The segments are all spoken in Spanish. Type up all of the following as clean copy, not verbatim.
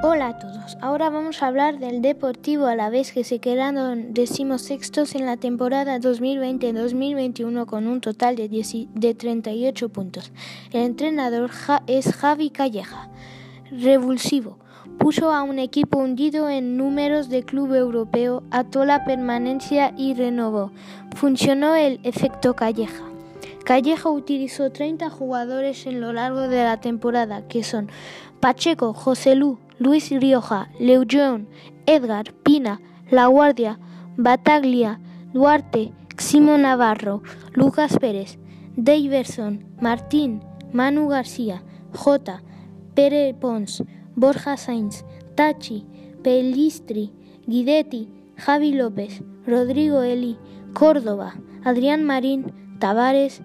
Hola a todos, ahora vamos a hablar del Deportivo Alavés que se quedaron 16º en la temporada 2020-2021 con un total de 38 puntos. El entrenador es Javi Calleja, revulsivo, puso a un equipo hundido en números de club europeo, ató la permanencia y renovó. Funcionó el efecto Calleja. Calleja utilizó 30 jugadores en lo largo de la temporada, que son Pacheco, Joselú, Luis Rioja, Leugón, Edgar, Pina, La Guardia, Bataglia, Duarte, Ximo Navarro, Lucas Pérez, Deyverson, Martín, Manu García, Jota, Pere Pons, Borja Sainz, Tachi, Pellistri, Guidetti, Javi López, Rodrigo Eli, Córdoba, Adrián Marín, Tavares,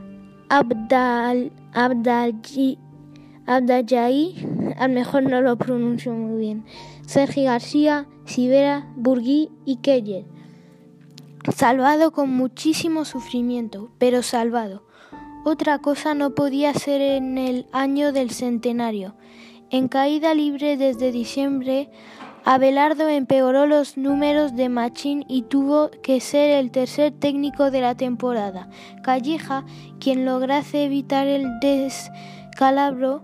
Abdallahi, a lo mejor no lo pronuncio muy bien, Sergi García, Sivera, Burgui y Keller. Salvado con muchísimo sufrimiento, pero salvado. Otra cosa no podía ser en el año del centenario. En caída libre desde diciembre, Abelardo empeoró los números de Machín y tuvo que ser el tercer técnico de la temporada. Calleja, quien lograse evitar el descalabro.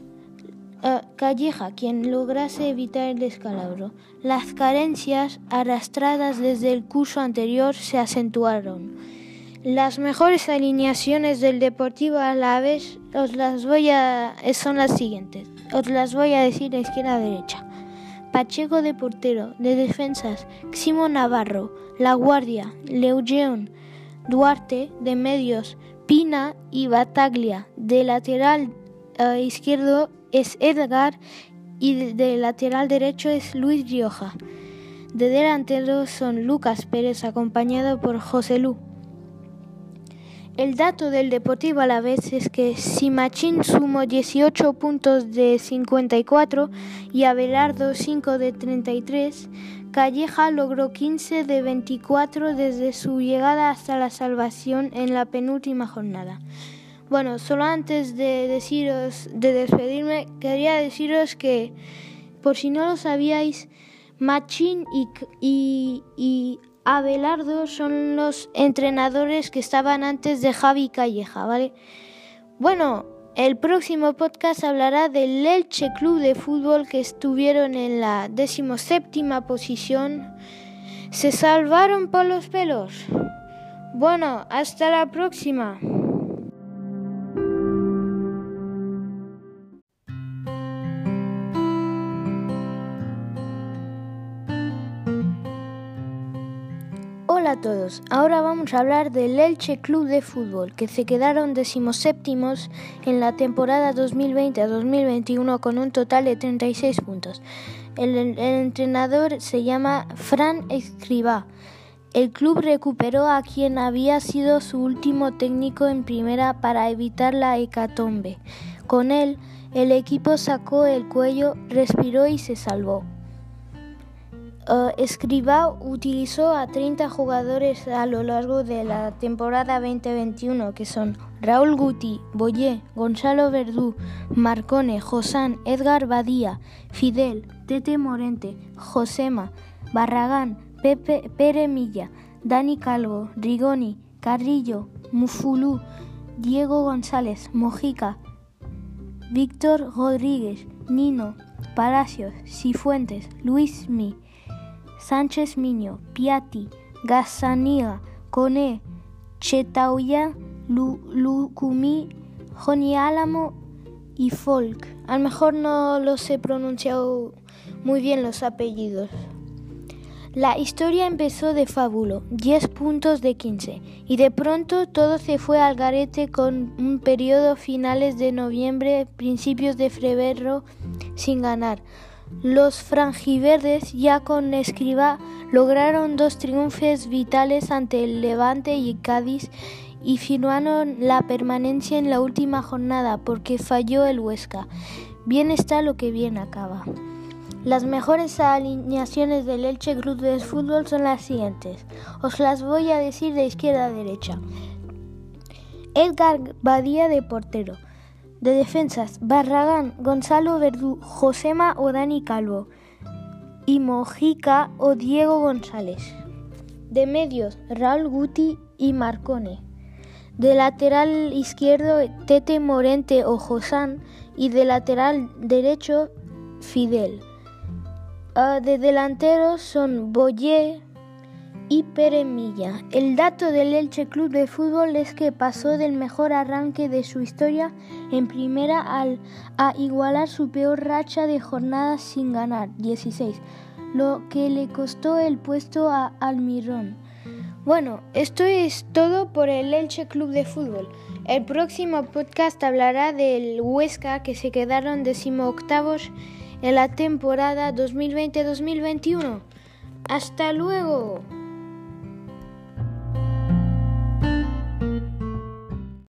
Las carencias arrastradas desde el curso anterior se acentuaron. Las mejores alineaciones del Deportivo Alavés son las siguientes. Os las voy a decir de izquierda a derecha. Pacheco de portero, de defensas, Ximo Navarro, La Guardia, Leugón, Duarte, de medios, Pina y Bataglia, de lateral izquierdo es Edgar y de lateral derecho es Luis Rioja. De delanteros son Lucas Pérez acompañado por Joselú. El dato del Deportivo Alavés es que si Machín sumó 18 puntos de 54 y Abelardo 5 de 33, Calleja logró 15 de 24 desde su llegada hasta la salvación en la penúltima jornada. Bueno, solo antes de despedirme, quería deciros que, por si no lo sabíais, Machín y Abelardo son los entrenadores que estaban antes de Javi Calleja, ¿vale? Bueno, el próximo podcast hablará del Elche Club de Fútbol, que estuvieron en la 17ª posición. Se salvaron por los pelos. Bueno, hasta la próxima. Hola a todos, ahora vamos a hablar del Elche Club de Fútbol, que se quedaron 17º en la temporada 2020-2021 con un total de 36 puntos. El entrenador se llama Fran Escribá. El club recuperó a quien había sido su último técnico en primera para evitar la hecatombe. Con él, el equipo sacó el cuello, respiró y se salvó. Escribá utilizó a 30 jugadores a lo largo de la temporada 2021, que son Raúl Guti, Boyé, Gonzalo Verdú, Marcone, Josán, Edgar Badía, Fidel, Tete Morente, Josema, Barragán, Pere Milla, Dani Calvo, Rigoni, Carrillo, Mufulú, Diego González, Mojica, Víctor Rodríguez, Nino, Palacios, Cifuentes, Luismi, Sánchez Miño, Piatti, Gazzaniga, Coné, Chetauya, Lucumí, Joni Álamo y Folk. A lo mejor no los he pronunciado muy bien los apellidos. La historia empezó de fábulo, 10 puntos de 15, y de pronto todo se fue al garete con un periodo finales de noviembre, principios de febrero sin ganar. Los franjiverdes, ya con Escribá, lograron 2 triunfos vitales ante el Levante y Cádiz y firmaron la permanencia en la última jornada porque falló el Huesca. Bien está lo que bien acaba. Las mejores alineaciones del Elche Club de Fútbol son las siguientes. Os las voy a decir de izquierda a derecha. Edgar Badía de portero. De defensas, Barragán, Gonzalo Verdú, Josema o Dani Calvo. Y Mojica o Diego González. De medios, Raúl Guti y Marcone. De lateral izquierdo, Tete Morente o Josán. Y de lateral derecho, Fidel. De delanteros son Boyé y Pere Milla. El dato del Elche Club de Fútbol es que pasó del mejor arranque de su historia en primera a igualar su peor racha de jornadas sin ganar, 16, lo que le costó el puesto a Almirón. Bueno, esto es todo por el Elche Club de Fútbol. El próximo podcast hablará del Huesca, que se quedaron 18º en la temporada 2020-2021. ¡Hasta luego!